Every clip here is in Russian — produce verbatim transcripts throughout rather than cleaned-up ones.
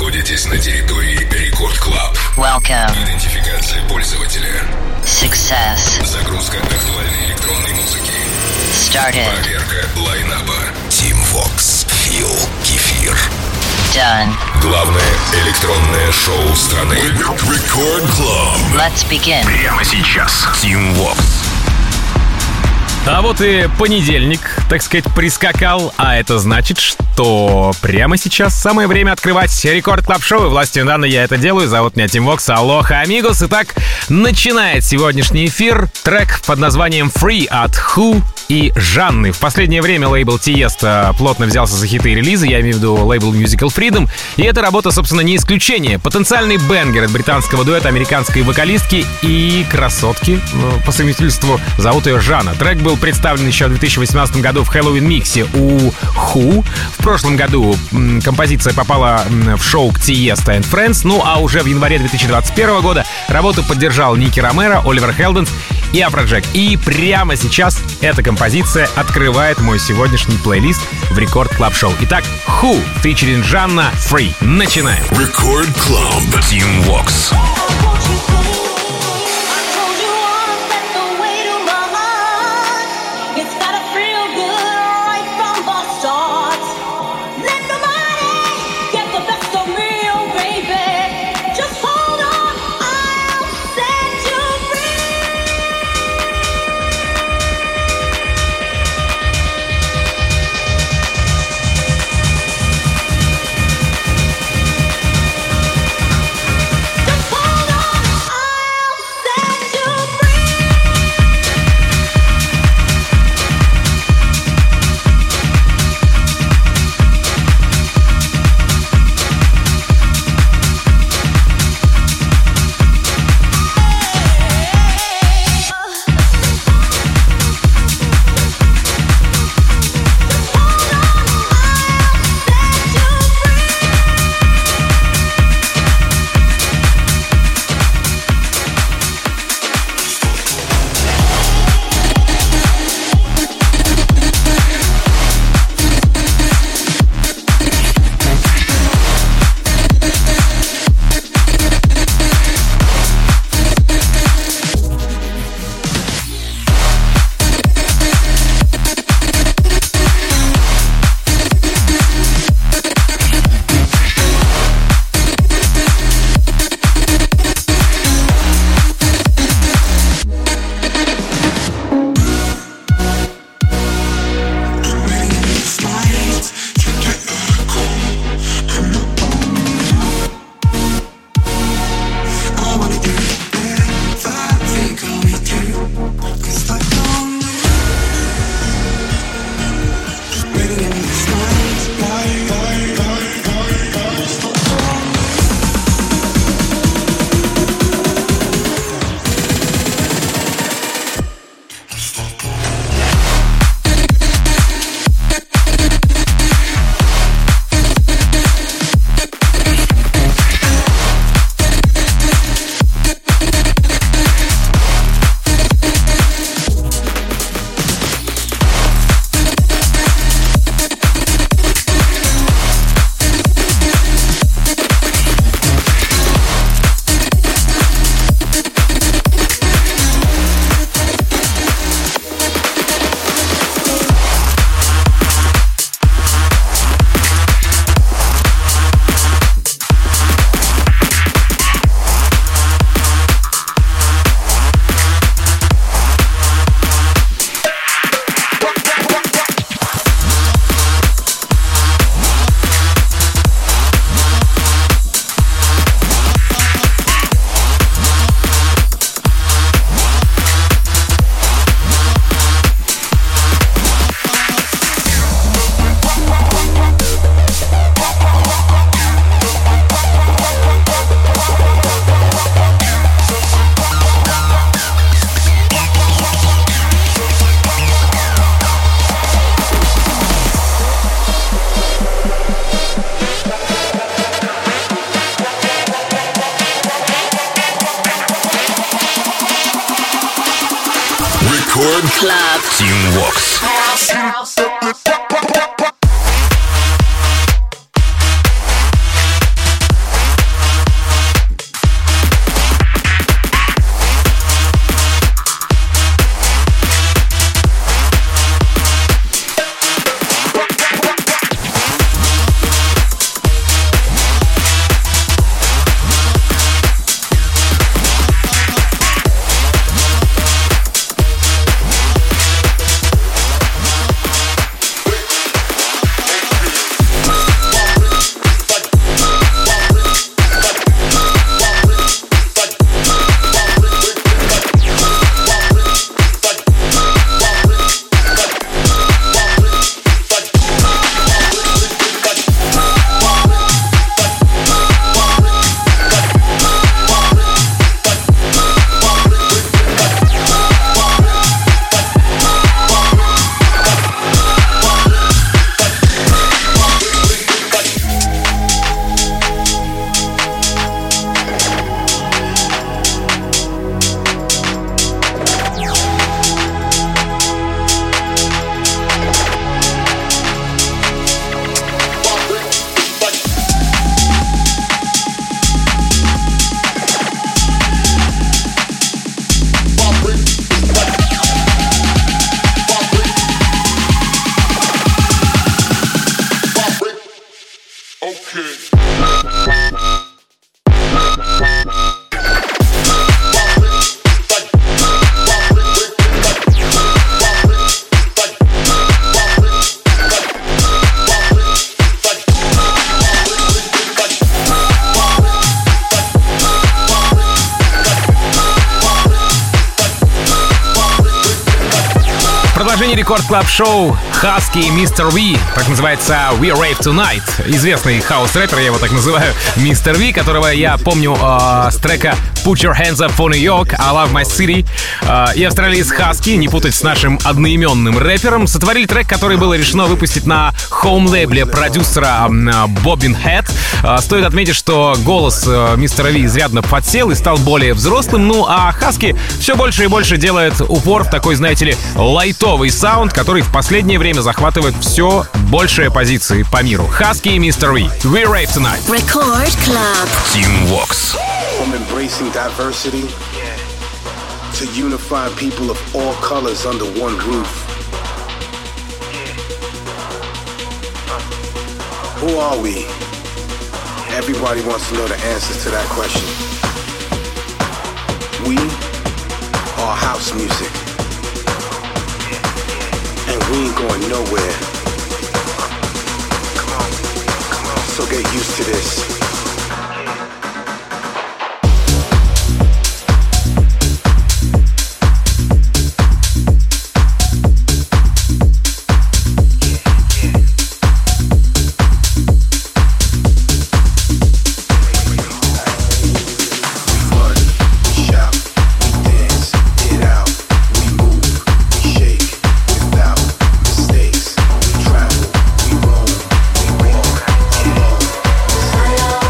находитесь на территории Рекорд Клаб. Welcome. Идентификация пользователя. Success. Загрузка актуальной электронной музыки. Started. Проверка лайнапа. Team Vox. Фил Кефир. Done. Главное электронное шоу страны. Рекорд Клаб. Let's begin. Прямо сейчас. Team Vox. А вот и понедельник, так сказать, прискакал, а это значит, что прямо сейчас самое время открывать Рекорд Клаб Шоу, и властью данной я это делаю. Зовут меня Тим Вокс, алоха, амигос. Итак, начинает сегодняшний эфир трек под названием Free от Who и Жанны. В последнее время лейбл Тиеста плотно взялся за хиты и релизы, я имею в виду лейбл Musical Freedom, и эта работа, собственно, не исключение. Потенциальный бенгер от британского дуэта американской вокалистки и красотки, по совместительству зовут ее Жанна. Трек был представлен еще в две тысячи восемнадцатом году в Хэллоуин миксе у Who. В прошлом году м, композиция попала м, в шоу к Тиеста and Friends, ну а уже в январе две тысячи двадцать первого года работу поддержал Ники Ромеро, Оливер Хелденс и Афроджек. И прямо сейчас эта композиция открывает мой сегодняшний плейлист в Рекорд Клаб Шоу. Итак, Who, featuring Жанна, Free. Начинаем. Рекорд Клаб. Team Vox. Рекорд Клаб. Team Vox. Продолжение Рекорд Клаб Шоу Husky и мистер Ви, так называется We Rave Tonight. Известный хаус-рэпер, я его так называю, мистер Ви, которого я помню э, с трека Put Your Hands Up for New York, I Love My City. Э, и австралиец Husky, не путать с нашим одноименным рэпером, сотворили трек, который было решено выпустить на хоум-лейбле продюсера э, Bobbin Head. Э, стоит отметить, что голос э, мистера Ви изрядно подсел и стал более взрослым, ну а Husky все больше и больше делает упор в такой, знаете ли, лайтовый саунд, который в последнее время захватывает все большие позиции по миру. Husky и мистер Ви. We Rave Tonight. Record Club. Team Vox. From embracing diversity to unifying people of all colors under one roof. Who are we? Everybody wants to know the answers to that question. We are house music. And we ain't going nowhere. Come on, come on. So get used to this. I love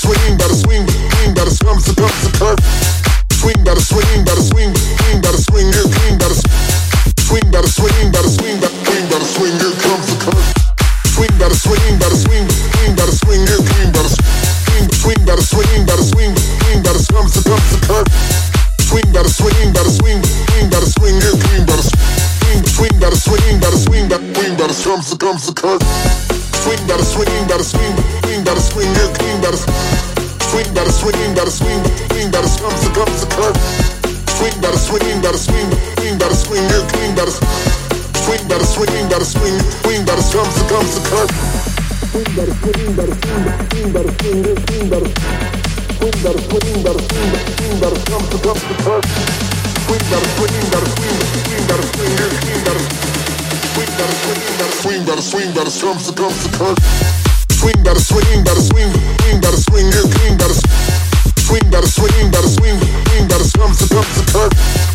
swing, gotta swing, swing, gotta come to come to curve. Swing, gotta swing, gotta swing, swing, gotta swing, here, swing, gotta swing, gotta swing, gotta swing, gotta swing, gotta swing, here comes the curve. Swing, gotta swing, gotta swing, swing, gotta swing, here, swing, gotta swing, swing, gotta swing, gotta swing, swing, gotta come to come to curve. Swing, gotta swing, gotta swing, swing, gotta swing, here, swing, gotta swing, swing, gotta swing, gotta swing, gotta swing, gotta come to come to curve. Swing, gotta swing, gotta swing, swing, gotta swing, here, swing, gotta swing, gotta swing, gotta swing, swing, gotta come to come to curve. Swing, gotta swing, gotta swing, swing, gotta swing, here, swing, gotta swing, gotta swing, gotta swing, swing, gotta come to come to curve. Swing, gotta swing, gotta swing, swing, gotta swing, here, swing, gotta swing, gotta swing, gotta swing, swing, gotta come to come to curve. Swing, gotta swing, gotta swing, swing, gotta swing, here, swing, gotta swing, gotta swing, gotta swing, gotta swing, gotta come to come to curve. Swing, gotta swing, gotta swing, swing, gotta swing, here, swing, gotta swing, gotta swing, gotta swing, swing, gotta come to come to curve.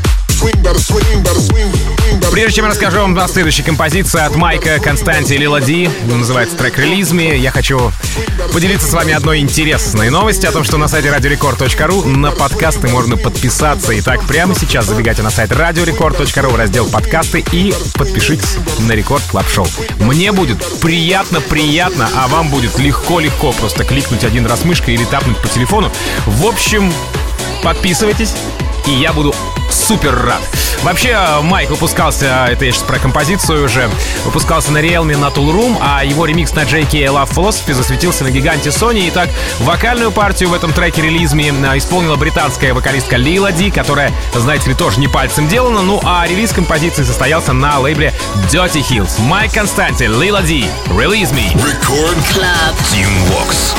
Прежде чем я расскажу вам о следующей композиции от Майка, Константи и Лила Ди, называется трек «Release Me», я хочу поделиться с вами одной интересной новостью о том, что на сайте радио рекорд точка ру на подкасты можно подписаться. Итак, прямо сейчас забегайте на сайт радио рекорд точка ру, раздел «Подкасты» и подпишитесь на Рекорд Клаб Шоу. Мне будет приятно-приятно, а вам будет легко-легко просто кликнуть один раз мышкой или тапнуть по телефону. В общем, подписывайтесь, и я буду супер рад. Вообще, Майк выпускался, это я сейчас про композицию уже, выпускался на Realme на Tool Room, а его ремикс на джей кей Love Philosophy засветился на гиганте Sony. Итак, вокальную партию в этом треке Release Me исполнила британская вокалистка Лила Ди, которая, знаете ли, тоже не пальцем делана. Ну а релиз композиции состоялся на лейбле Dirty Hills. Майк Константи, Лила Ди, Release Me. Record Club Team Vox.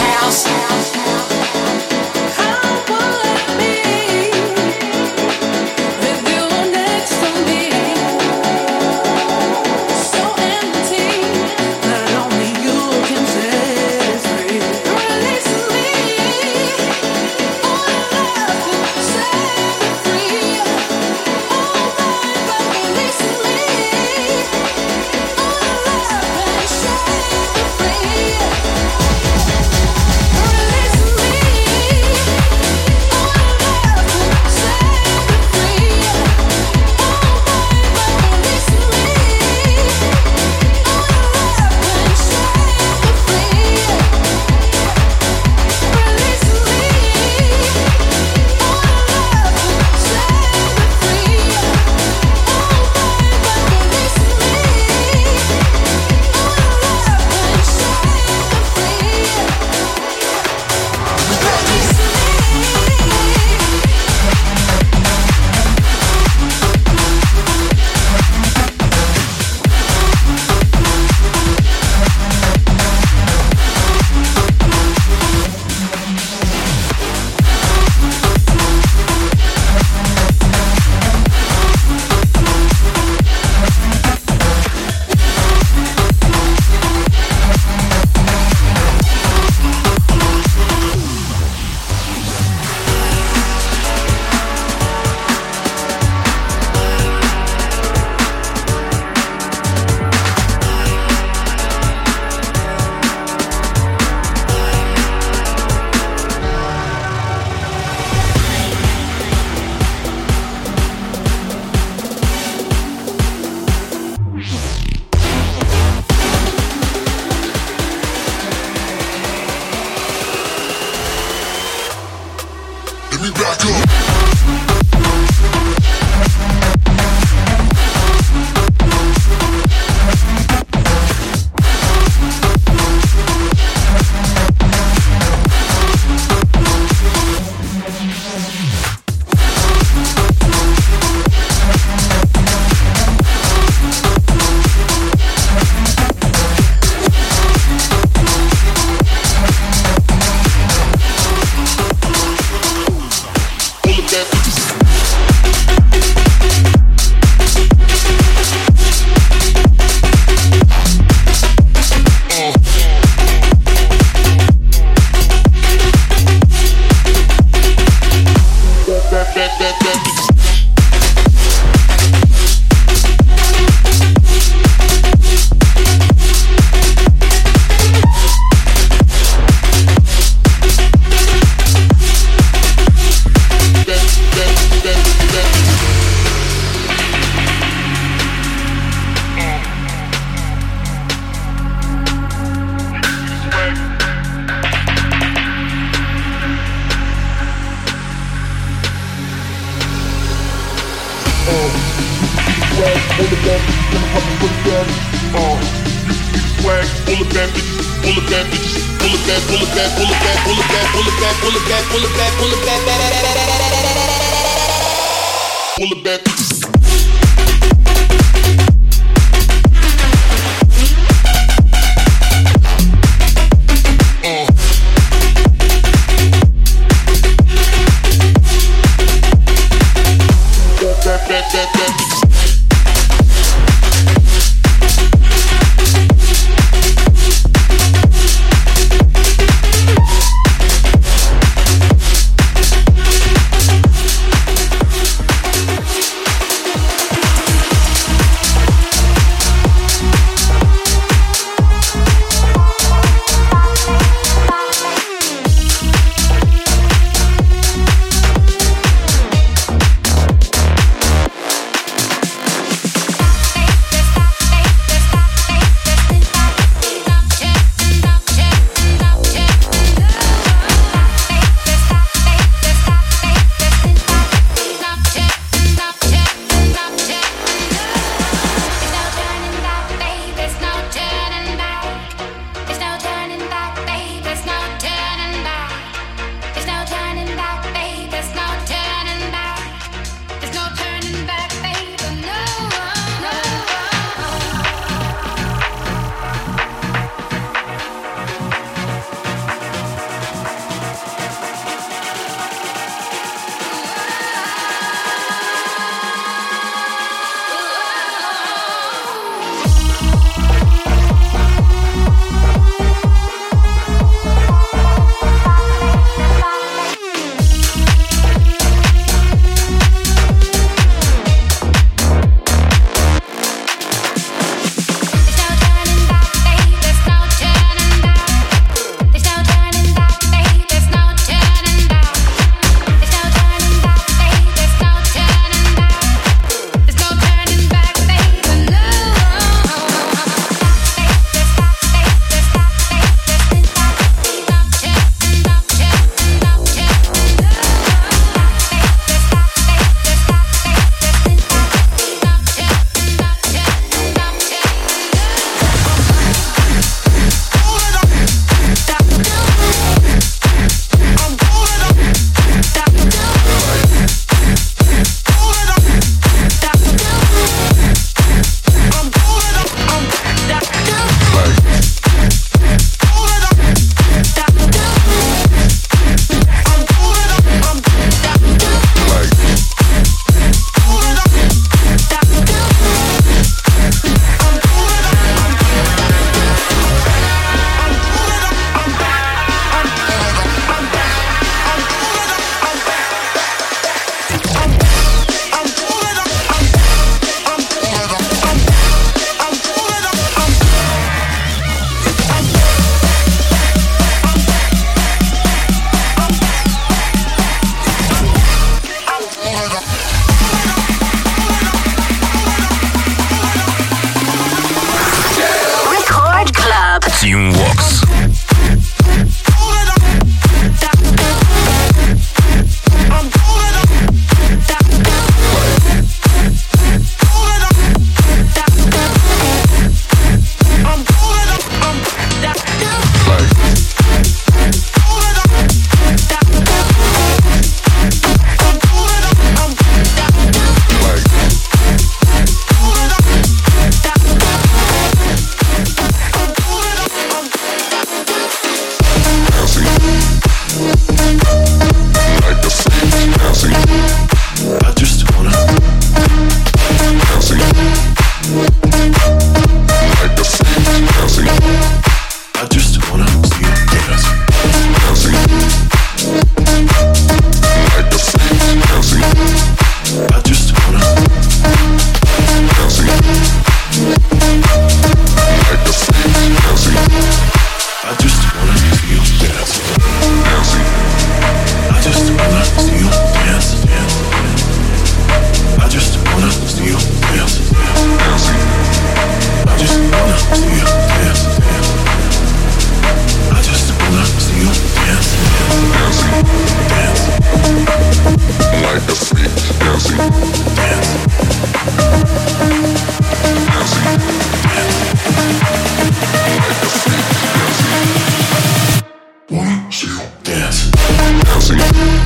Dancing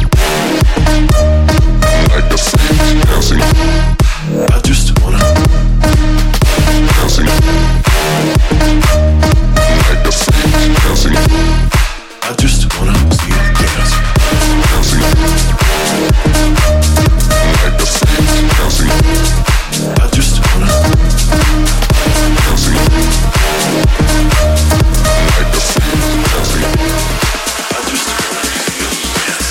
like a saint. Dancing, I just wanna. Dancing like a saint. Dancing, I just wanna see you dance. Dancing like a saint. Dancing, I just wanna. Dancing like a saint. Dancing, I just wanna see you dance.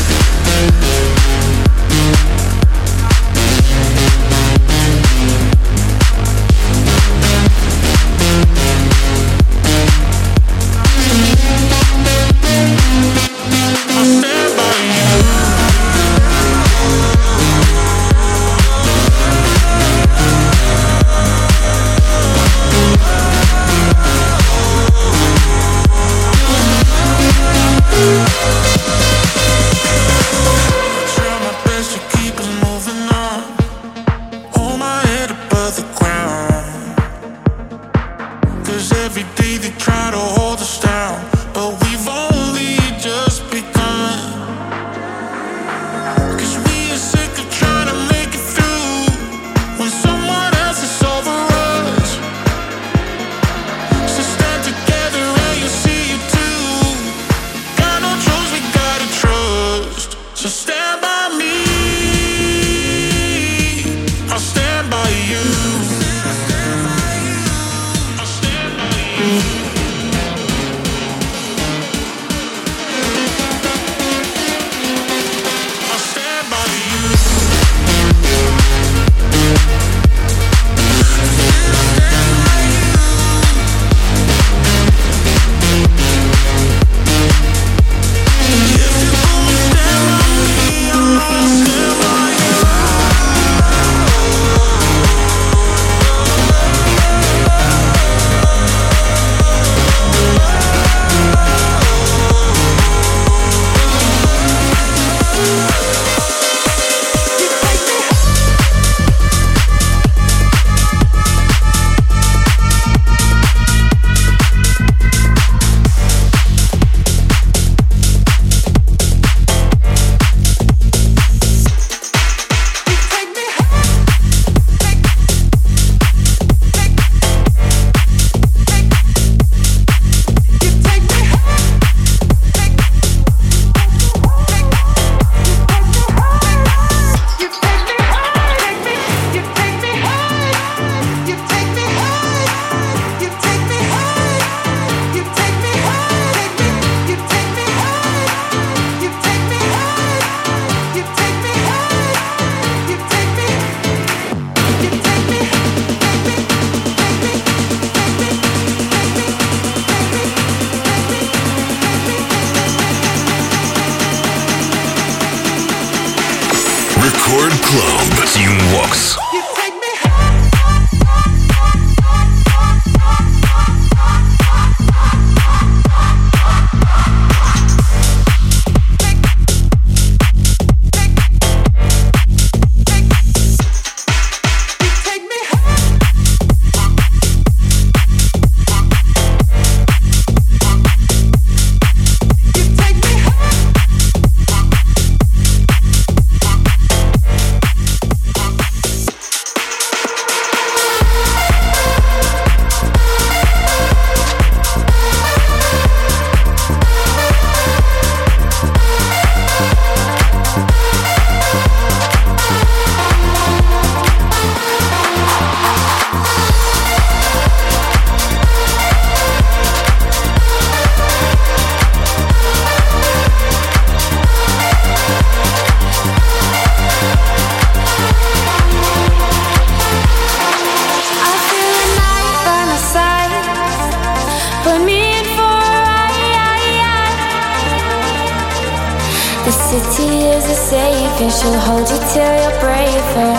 and she'll hold you till you're braver.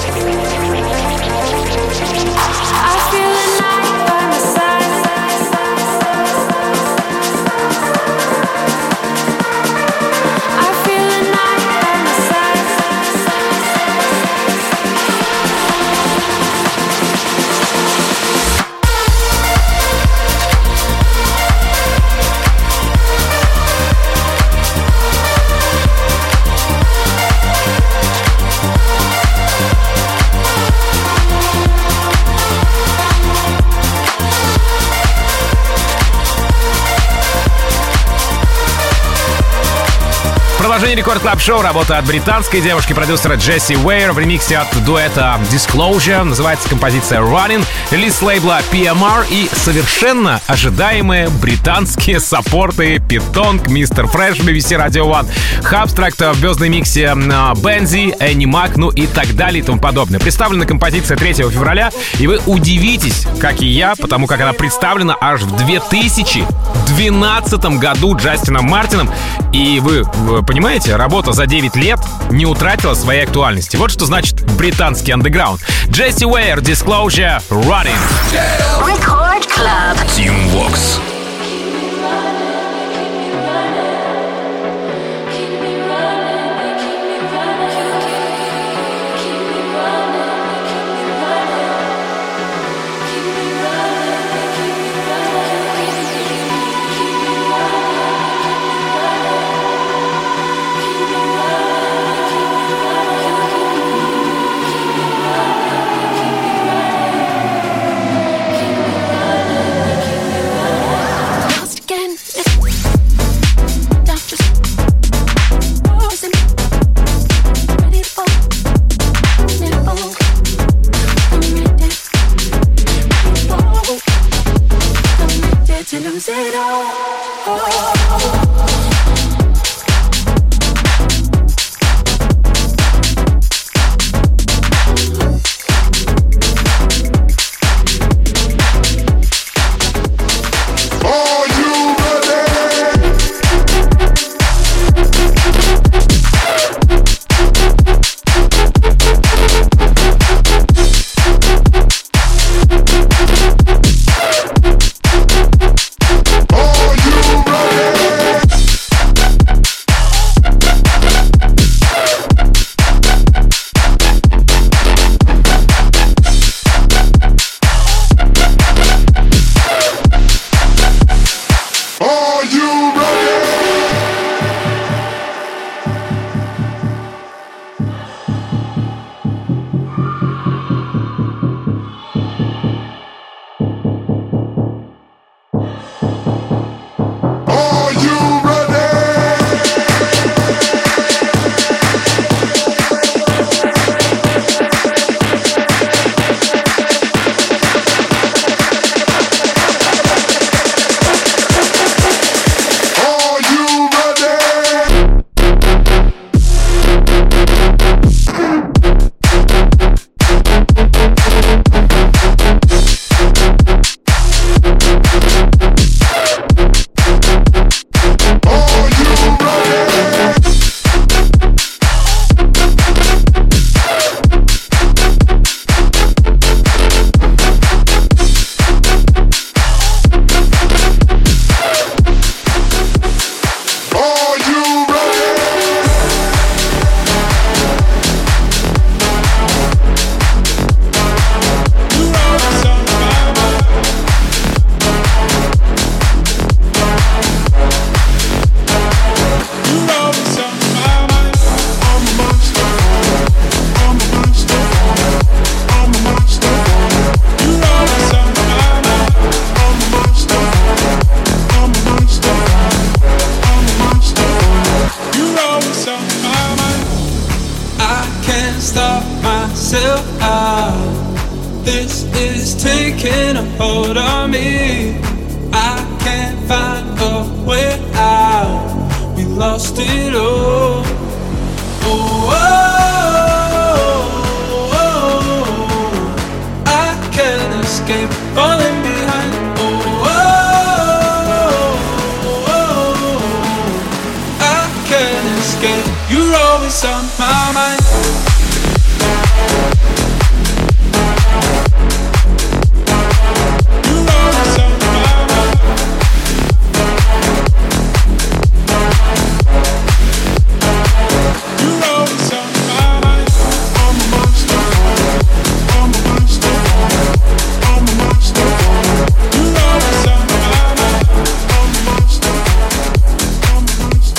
I feel a night by my side. I feel a night by my side. Продолжение Рекорд Клаб Шоу. Работа от британской девушки-продюсера Джесси Уэйр в ремиксе от дуэта Disclosure. Называется композиция Running. Релиз лейбла пи эм ар и совершенно ожидаемые британские саппорты Питонг, Мистер Фреш, би би си Radio One, Хабстракт в звездном миксе Бензи, Энни Мак, ну и так далее и тому подобное. Представлена композиция третьего февраля, и вы удивитесь, как и я, потому как она представлена аж в две тысячи двенадцатом году Джастином Мартином. И вы, вы понимаете, работа за девять лет не утратила своей актуальности. Вот что значит британский андеграунд. Джесси Уэйр, Disclosure, Running. Record Club. Team Vox.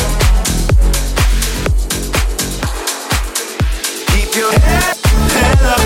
Your head, head up.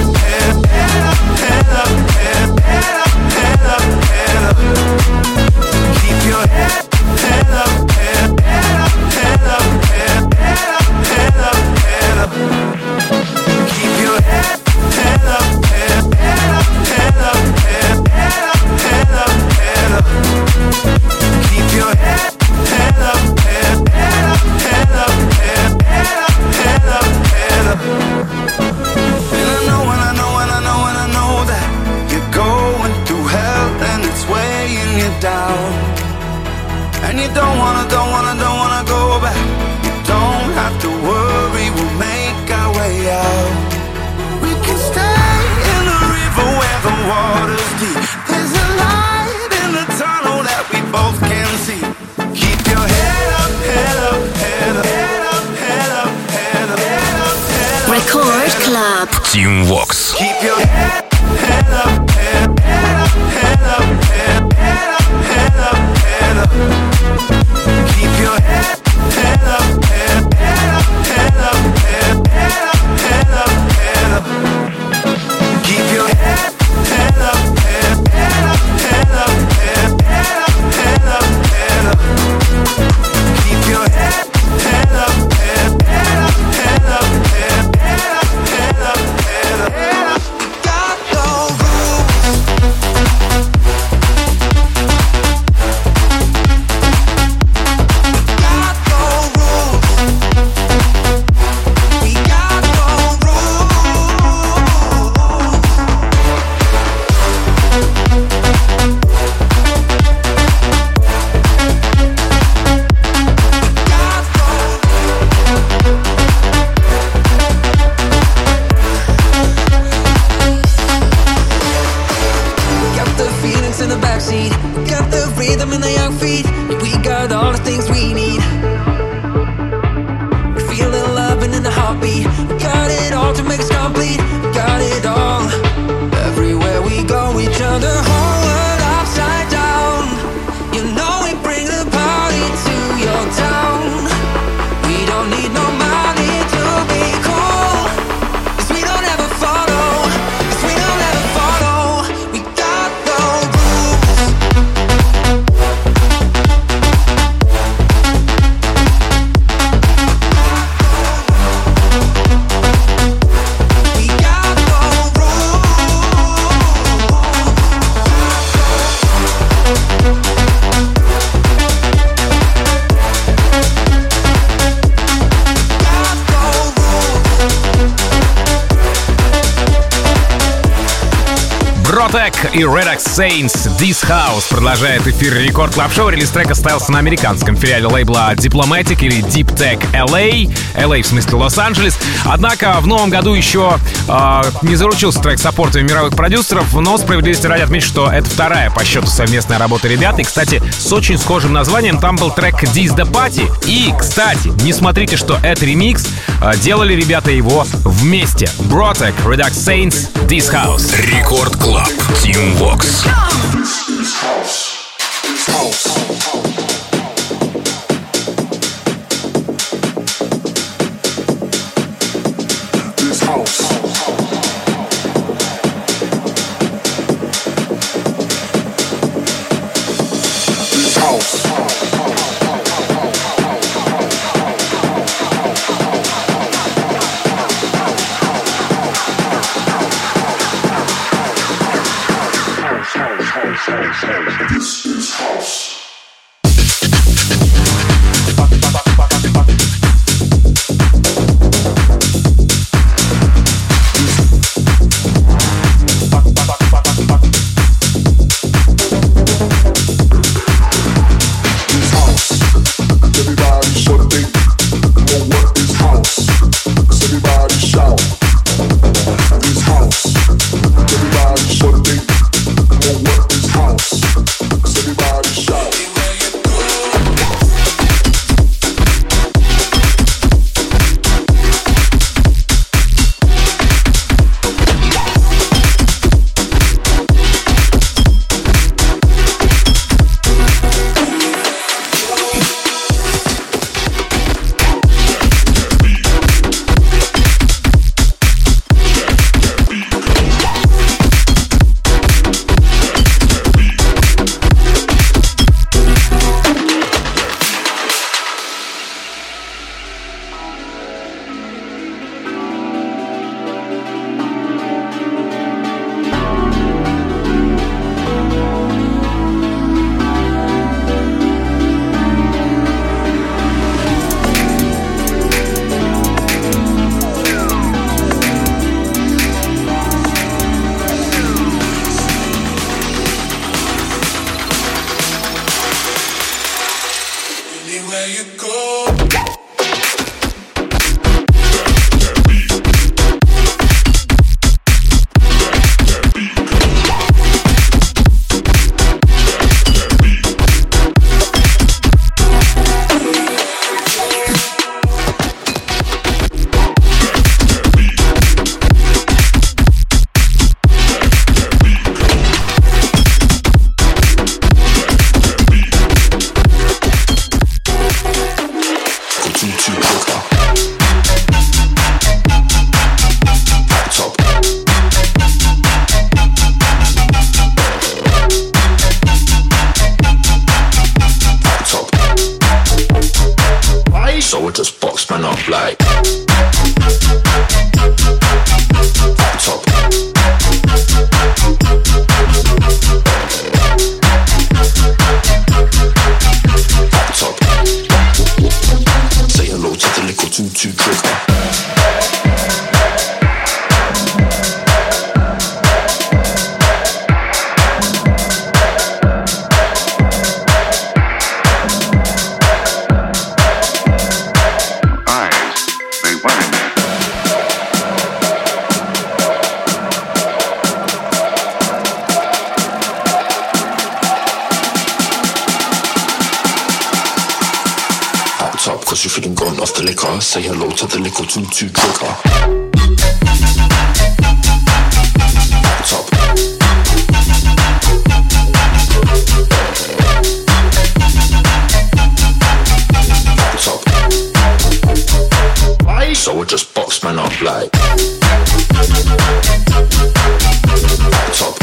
Club. Team Vox. Keep your head, head up, head, head up, head up, head, head up, head up, head up. Keep your head, head up, head, head up, head up, head, head up, head up, head up. Keep your head, head up, head, head up, head up, head, head up, head up, head up. Keep your head, head up, head, head up, head up, head, head up, head up, head up, head up. Got no rules. Got no rules. We got no rules. Got the feelings in the backseat, got the rhythm in the young feet. We got all the things we need. We feel the love and in the heartbeat. We got it all to make us complete. We got it all. Everywhere we go, each other whole world upside down. You know we bring the party to your town. We don't need no money to be cool. 'Cause we don't ever follow. 'Cause we don't ever follow. We got no rules. We got no rules. Бротек и Redux Saints This House продолжает эфир Рекорд Клаб Шоу. Релиз трека состоялся на американском филиале лейбла Diplomatic или Deep Tech эл эй. эл эй в смысле Лос-Анджелес. Однако в новом году еще э, не заручился трек саппортами мировых продюсеров, но справедливости ради отмечу, что это вторая по счету совместная работа ребят. И, кстати, с очень схожим названием. Там был трек This the Party. И, кстати, не смотрите, что это ремикс. Э, делали ребята его вместе. Бротек, Redux Saints, This House. Рекорд Клаб. Team Vox. This house. This house. This house. This house. This is house. So I just box man up like top. Top. Say hello to the little two-two trigger. Cause you feeling gone off the liquor. Say hello to the little two-two trigger. Top. Top. So I just box man up like top.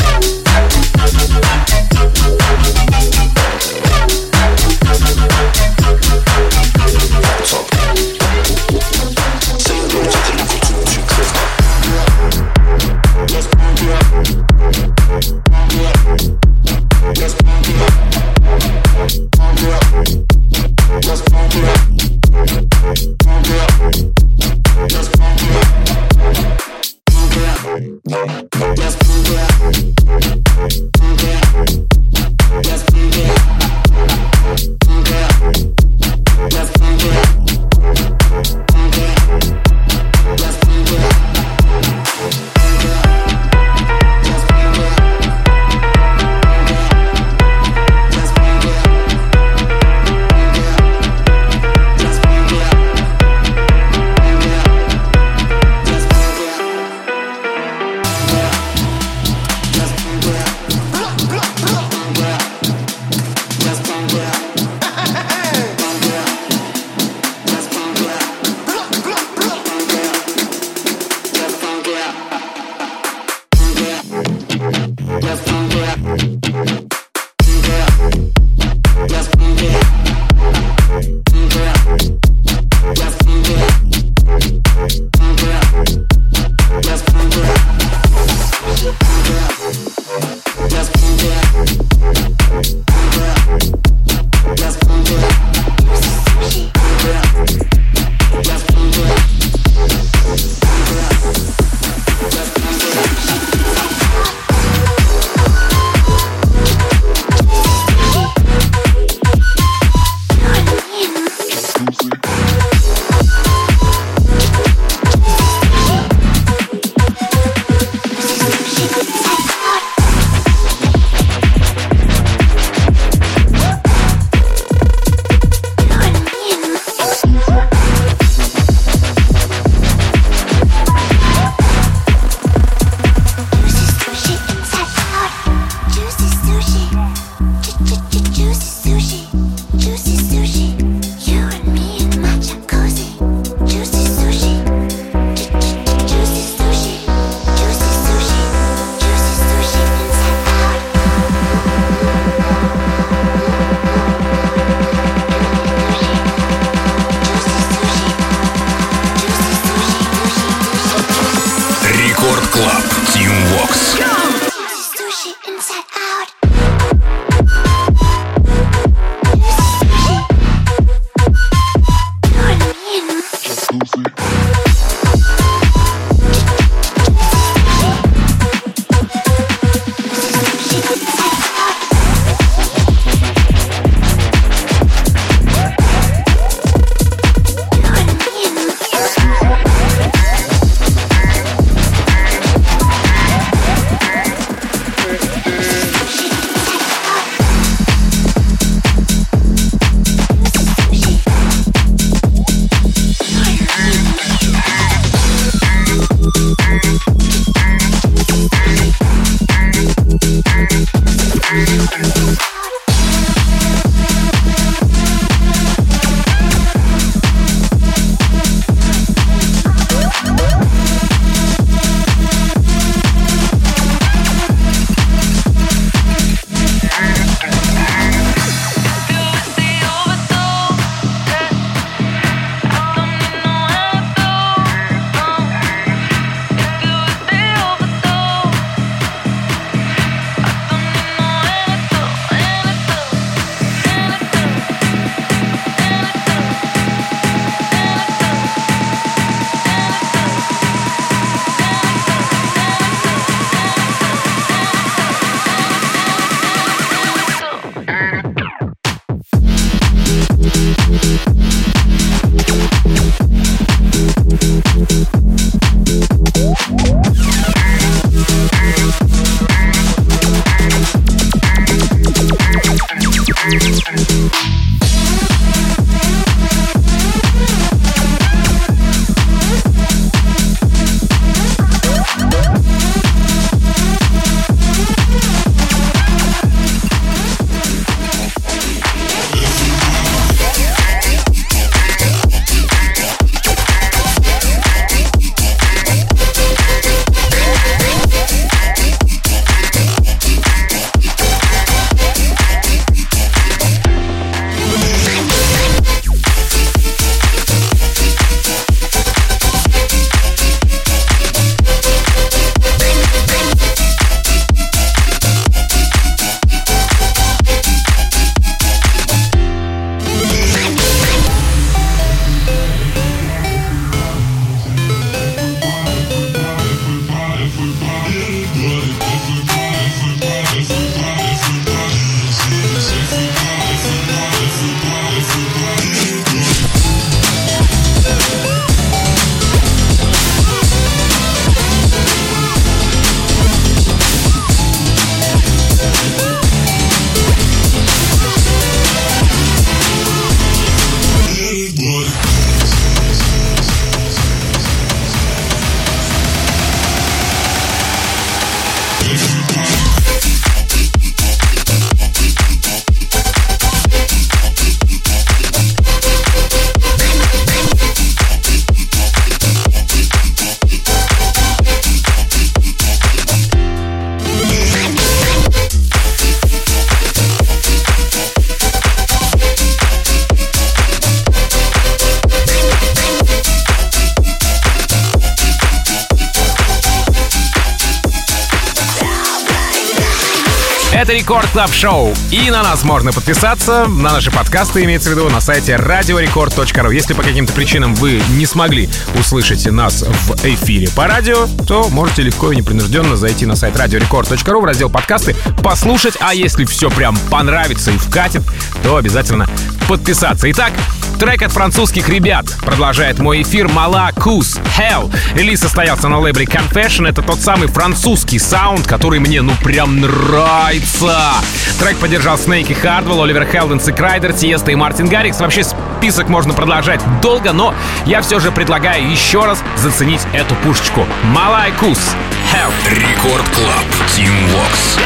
Это Рекорд Клаб Шоу. И на нас можно подписаться, на наши подкасты, имеется в виду, на сайте радио рекорд точка ру. Если по каким-то причинам вы не смогли услышать нас в эфире по радио, то можете легко и непринужденно зайти на сайт радио рекорд точка ру в раздел подкасты, послушать, а если все прям понравится и вкатит, то обязательно подписаться. Итак, трек от французских ребят продолжает мой эфир. Mala Kus Hell. Релиз состоялся на лейбле Confession. Это тот самый французский саунд, который мне ну прям нравится. Трек поддержал Snake и Hardwell, Оливер Хелденс и Крайдер, Тиеста и Мартин Гаррикс. Вообще список можно продолжать долго, но я все же предлагаю еще раз заценить эту пушечку. Mala Kus Hell. Рекорд Клаб. Team Vox.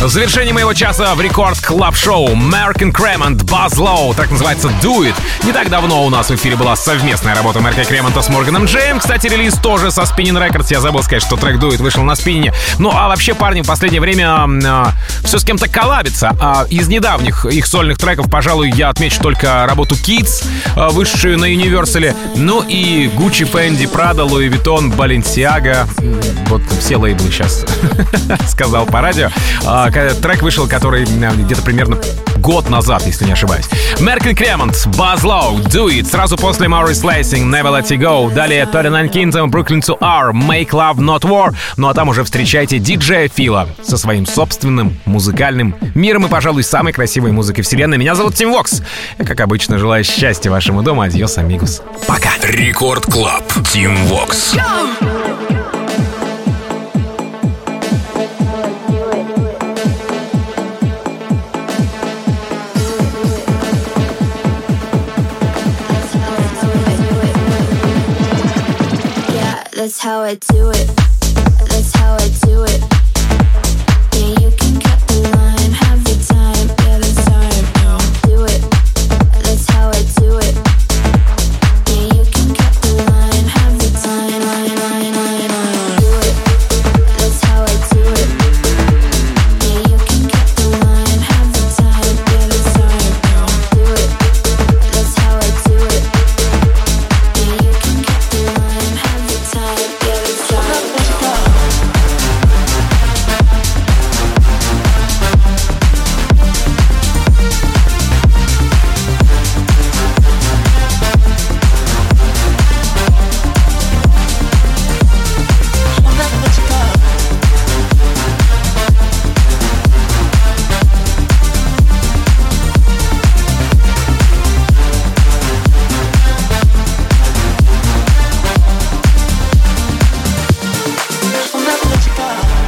В завершении моего часа в Рекорд Клаб Шоу American Cremant, Buzz Low, так называется Do It. Не так давно у нас в эфире была совместная работа Мерка Кремонта с Морганом Джеем. Кстати, релиз тоже со Spinning Records. Я забыл сказать, что трек Do It вышел на спиннине. Ну а вообще парни в последнее время э, все с кем-то коллабится. А из недавних их сольных треков, пожалуй, я отмечу только работу Kids, э, вышедшую на Universal. Ну и Gucci, Fendi, Prada, Louis Vuitton, Balenciaga. Вот все лейблы сейчас сказал по радио. Трек вышел, который где-то примерно год назад, если не ошибаюсь. American Cremant, Buzz Low, Do It. Сразу после Maurice Lacing, Never Let You Go. Далее тридцать девять Kingdom, Brooklyn two R, Make Love Not War. Ну а там уже встречайте диджея Фила со своим собственным музыкальным миром и, пожалуй, самой красивой музыкой вселенной. Меня зовут Тим Вокс. Я, как обычно, желаю счастья вашему дому. Адьос, амигос. Пока. Рекорд Клаб. Тим Вокс. That's how I do it. That's how I do it. Yeah, you can cut the line, have your time. Yeah, that's how I know. Do it. That's how I do it. Yeah, you can cut the line, have your time. Line, line, line, line. Do it. That's how I do it. Yeah, you can cut the line, have your time. Yeah, that's how I know. Do it. That's how I do it. Yeah, you can cut the line, have your time. Yeah, that's how I let you go. I'll never let you go. I'll never let you go.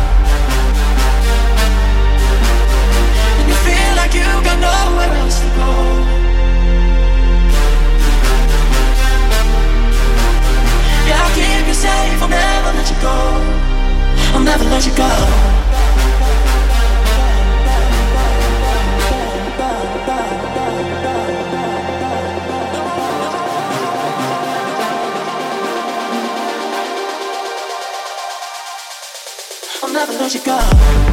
And you feel like you got nowhere else to go. Yeah, I'll keep you safe. I'll never let you go. I'll never let you go. I'll never let you go.